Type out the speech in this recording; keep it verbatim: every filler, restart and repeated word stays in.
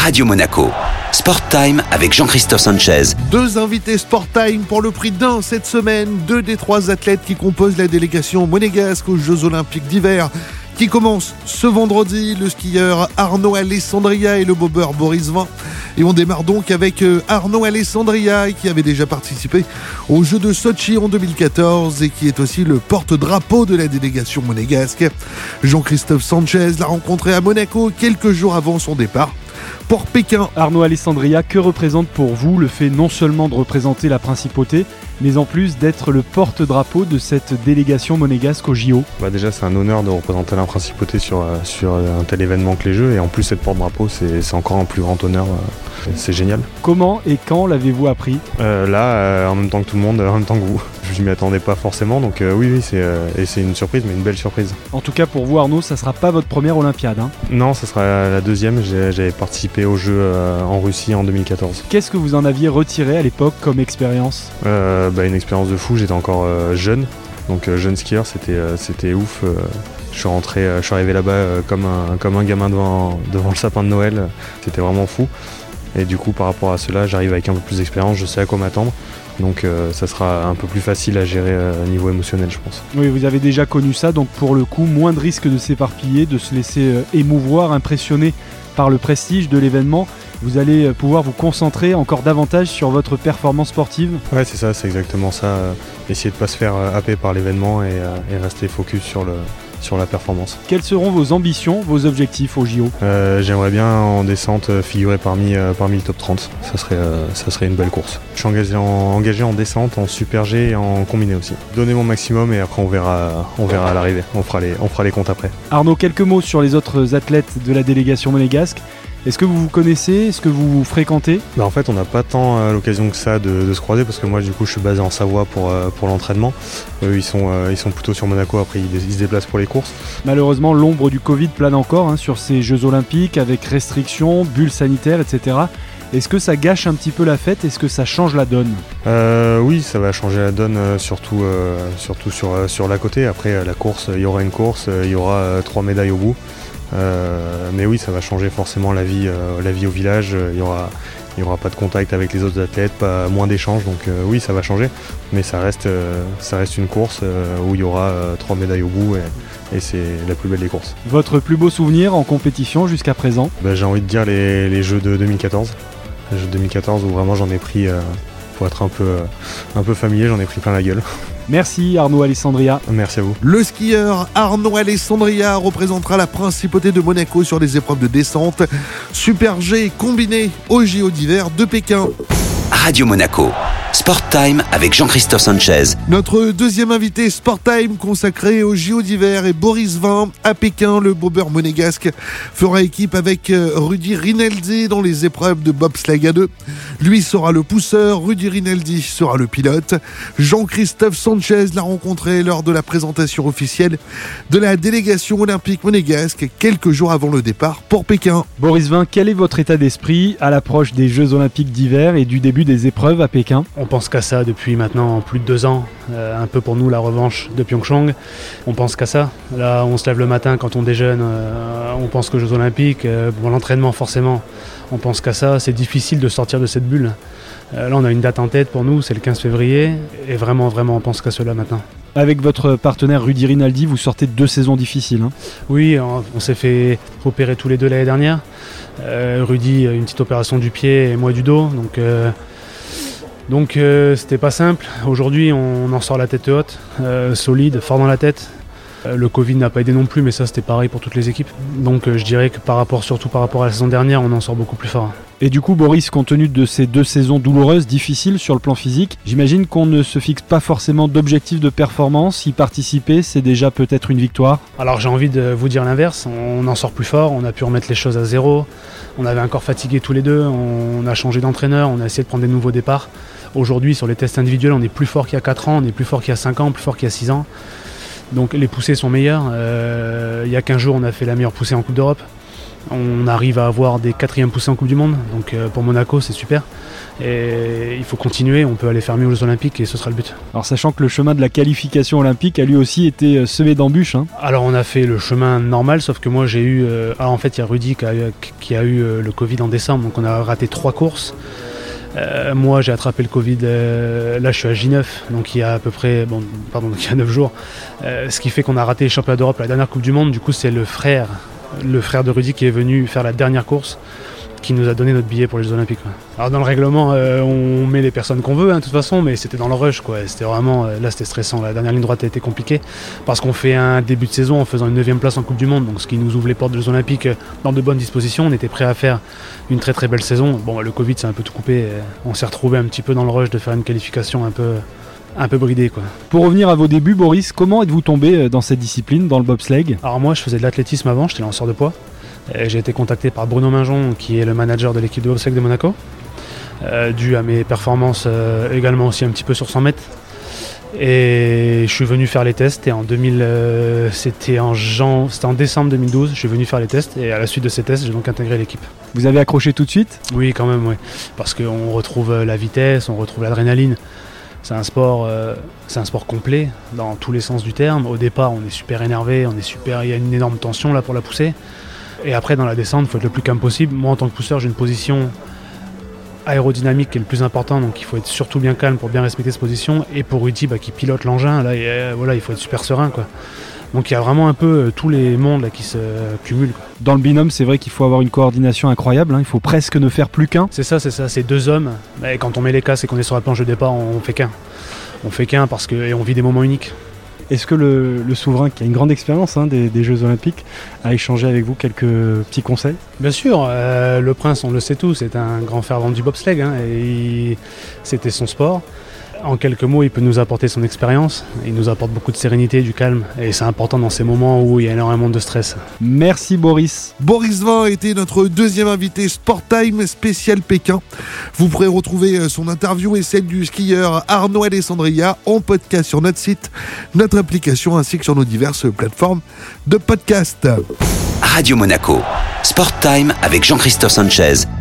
Radio Monaco. Sport Time avec Jean-Christophe Sanchez. Deux invités Sport Time pour le prix d'un cette semaine. Deux des trois athlètes qui composent la délégation monégasque aux Jeux Olympiques d'hiver qui commence ce vendredi, le skieur Arnaud Alessandria et le bobeur Boris Vian. Et on démarre donc avec Arnaud Alessandria qui avait déjà participé aux Jeux de Sochi en deux mille quatorze et qui est aussi le porte-drapeau de la délégation monégasque. Jean-Christophe Sanchez l'a rencontré à Monaco quelques jours avant son départ pour Pékin. Arnaud Alessandria, que représente pour vous le fait non seulement de représenter la principauté, mais en plus d'être le porte-drapeau de cette délégation monégasque au J O? Bah déjà c'est un honneur de représenter la principauté sur, sur un tel événement que les Jeux, et en plus être porte-drapeau c'est, c'est encore un plus grand honneur, c'est génial. Comment et quand l'avez-vous appris? euh, Là, euh, en même temps que tout le monde, en même temps que vous. Je m'y attendais pas forcément, donc euh, oui, oui c'est, euh, et c'est une surprise, mais une belle surprise. En tout cas pour vous Arnaud, ça sera pas votre première Olympiade, hein? Non, ça sera la deuxième, J'ai, j'avais participé aux Jeux euh, en Russie en deux mille quatorze. Qu'est-ce que vous en aviez retiré à l'époque comme expérience? euh, bah, Une expérience de fou, j'étais encore euh, jeune, donc euh, jeune skieur, c'était, euh, c'était ouf. euh, je suis rentré, euh, je suis arrivé là-bas euh, comme, un, comme un gamin devant, devant le sapin de Noël, c'était vraiment fou. Et du coup par rapport à cela, j'arrive avec un peu plus d'expérience, je sais à quoi m'attendre. Donc euh, ça sera un peu plus facile à gérer euh, au niveau émotionnel, je pense. Oui, vous avez déjà connu ça, donc pour le coup, moins de risque de s'éparpiller, de se laisser euh, émouvoir, impressionner par le prestige de l'événement. Vous allez pouvoir vous concentrer encore davantage sur votre performance sportive. Ouais, c'est ça, c'est exactement ça. Euh, essayer de ne pas se faire euh, happer par l'événement et, euh, et rester focus sur le... sur la performance. Quelles seront vos ambitions, vos objectifs au J O? euh, J'aimerais bien en descente figurer parmi, euh, parmi le top trente, ça serait, euh, ça serait une belle course. Je suis engagé en, engagé en descente, en super G et en combiné aussi. Donner mon maximum et après on verra, on verra à l'arrivée, on fera, les, on fera les comptes après. Arnaud, quelques mots sur les autres athlètes de la délégation monégasque. Est-ce que vous vous connaissez? Est-ce que vous vous fréquentez? Bah en fait on n'a pas tant euh, l'occasion que ça de, de se croiser parce que moi du coup je suis basé en Savoie pour, euh, pour l'entraînement. Eux ils sont, euh, ils sont plutôt sur Monaco, après ils, ils se déplacent pour les courses. Malheureusement l'ombre du Covid plane encore hein, sur ces Jeux Olympiques avec restrictions, bulles sanitaires, et cetera. Est-ce que ça gâche un petit peu la fête? Est-ce que ça change la donne? euh, Oui, ça va changer la donne, euh, surtout, euh, surtout sur, euh, sur la côté. Après euh, la course, il y aura une course, il y aura euh, trois médailles au bout. Euh, mais oui, ça va changer forcément la vie, euh, la vie au village. Il y aura, il y aura pas de contact avec les autres athlètes, pas moins d'échanges. Donc euh, oui, ça va changer, mais ça reste, euh, ça reste une course euh, où il y aura euh, trois médailles au bout et, et c'est la plus belle des courses. Votre plus beau souvenir en compétition jusqu'à présent? Bah, j'ai envie de dire les, les Jeux de deux mille quatorze, les Jeux de deux mille quatorze où vraiment j'en ai pris, euh, pour être un peu, euh, un peu familier, j'en ai pris plein la gueule. Merci Arnaud Alessandria. Merci à vous. Le skieur Arnaud Alessandria représentera la principauté de Monaco sur les épreuves de descente super G combiné au J O d'hiver de Pékin. Radio Monaco. Sport Time avec Jean-Christophe Sanchez. Notre deuxième invité Sport Time consacré au J O d'hiver est Boris Vian à Pékin. Le bobeur monégasque fera équipe avec Rudy Rinaldi dans les épreuves de bobsleigh à deux. Lui sera le pousseur, Rudy Rinaldi sera le pilote. Jean-Christophe Sanchez l'a rencontré lors de la présentation officielle de la délégation olympique monégasque quelques jours avant le départ pour Pékin. Boris Vian, quel est votre état d'esprit à l'approche des Jeux Olympiques d'hiver et du début des épreuves à Pékin? On pense qu'à ça depuis maintenant plus de deux ans, euh, un peu pour nous la revanche de Pyeongchang. On pense qu'à ça. Là, on se lève le matin quand on déjeune, euh, on pense qu'aux Jeux Olympiques, euh, bon, l'entraînement forcément, on pense qu'à ça. C'est difficile de sortir de cette bulle. Euh, là, on a une date en tête pour nous, c'est le quinze février, et vraiment, vraiment, on pense qu'à cela maintenant. Avec votre partenaire Rudy Rinaldi, vous sortez de deux saisons difficiles. Hein. Oui, on, on s'est fait opérer tous les deux l'année dernière. Euh, Rudy, une petite opération du pied et moi du dos, donc... Euh, Donc euh, c'était pas simple. Aujourd'hui on en sort la tête haute, euh, solide, fort dans la tête. Euh, le Covid n'a pas aidé non plus, mais ça c'était pareil pour toutes les équipes. Donc euh, je dirais que par rapport, surtout par rapport à la saison dernière, on en sort beaucoup plus fort. Et du coup Boris, compte tenu de ces deux saisons douloureuses, difficiles sur le plan physique, j'imagine qu'on ne se fixe pas forcément d'objectifs de performance. Y participer, c'est déjà peut-être une victoire. Alors j'ai envie de vous dire l'inverse, on en sort plus fort, on a pu remettre les choses à zéro. On avait un corps fatigué tous les deux, on a changé d'entraîneur, on a essayé de prendre des nouveaux départs. Aujourd'hui, sur les tests individuels, on est plus fort qu'il y a quatre ans, on est plus fort qu'il y a cinq ans, plus fort qu'il y a six ans. Donc les poussées sont meilleures. Euh, il y a quinze jours, on a fait la meilleure poussée en Coupe d'Europe. On arrive à avoir des quatrièmes poussées en Coupe du Monde, donc euh, pour Monaco c'est super. Et il faut continuer, on peut aller faire mieux aux Jeux Olympiques et ce sera le but. Alors sachant que le chemin de la qualification olympique a lui aussi été euh, semé d'embûches. Hein. Alors on a fait le chemin normal, sauf que moi j'ai eu... Euh, alors en fait il y a Rudy qui a, qui a eu euh, le Covid en décembre, donc on a raté trois courses. Euh, moi j'ai attrapé le Covid, euh, là je suis à J neuf, donc il y a à peu près, bon, pardon, donc il y a neuf jours. Euh, ce qui fait qu'on a raté les championnats d'Europe, la dernière Coupe du Monde, du coup c'est le frère, le frère de Rudy qui est venu faire la dernière course, qui nous a donné notre billet pour les Jeux Olympiques. Quoi. Alors dans le règlement, euh, on met les personnes qu'on veut, hein, de toute façon, mais c'était dans le rush, quoi. C'était vraiment, euh, là c'était stressant. La dernière ligne droite a été compliquée parce qu'on fait un début de saison en faisant une neuvième place en Coupe du Monde, donc ce qui nous ouvre les portes des Jeux Olympiques dans de bonnes dispositions. On était prêt à faire une très très belle saison. Bon, le Covid c'est un peu tout coupé. On s'est retrouvé un petit peu dans le rush de faire une qualification un peu, un peu bridée, quoi. Pour revenir à vos débuts, Boris, comment êtes-vous tombé dans cette discipline, dans le bobsleigh ? Alors moi, je faisais de l'athlétisme avant. J'étais lanceur de poids. Et j'ai été contacté par Bruno Minjon, qui est le manager de l'équipe de bobsleigh de Monaco, euh, dû à mes performances euh, également aussi un petit peu sur cent mètres. Et je suis venu faire les tests et en deux mille, euh, c'était en Jean, c'était en décembre deux mille douze, je suis venu faire les tests et à la suite de ces tests, j'ai donc intégré l'équipe. Vous avez accroché tout de suite ? Oui, quand même, oui. Parce qu'on retrouve la vitesse, on retrouve l'adrénaline. C'est un sport, euh, c'est un sport complet dans tous les sens du terme. Au départ, on est super énervé, on est super, il y a une énorme tension là pour la poussée. Et après, dans la descente, il faut être le plus calme possible. Moi, en tant que pousseur, j'ai une position aérodynamique qui est le plus important, donc il faut être surtout bien calme pour bien respecter cette position. Et pour Rudy, bah, qui pilote l'engin, là, et, euh, voilà, il faut être super serein, quoi. Donc il y a vraiment un peu euh, tous les mondes là, qui se euh, cumulent, quoi. Dans le binôme, c'est vrai qu'il faut avoir une coordination incroyable. Hein. Il faut presque ne faire plus qu'un. C'est ça, c'est ça. C'est deux hommes. Et quand on met les casques et qu'on est sur la planche de départ, on fait qu'un. On fait qu'un parce que et on vit des moments uniques. Est-ce que le, le souverain, qui a une grande expérience hein, des, des Jeux Olympiques, a échangé avec vous quelques petits conseils ? Bien sûr, euh, le prince, on le sait tous, c'est un grand fervent du bobsleigh, hein, et il, c'était son sport. En quelques mots, il peut nous apporter son expérience, il nous apporte beaucoup de sérénité, du calme, et c'est important dans ces moments où il y a énormément de stress. Merci Boris. Boris Vain a été notre deuxième invité Sport Time spécial Pékin. Vous pourrez retrouver son interview et celle du skieur Arnaud Alessandria en podcast sur notre site, notre application ainsi que sur nos diverses plateformes de podcast. Radio Monaco, Sport Time avec Jean-Christophe Sanchez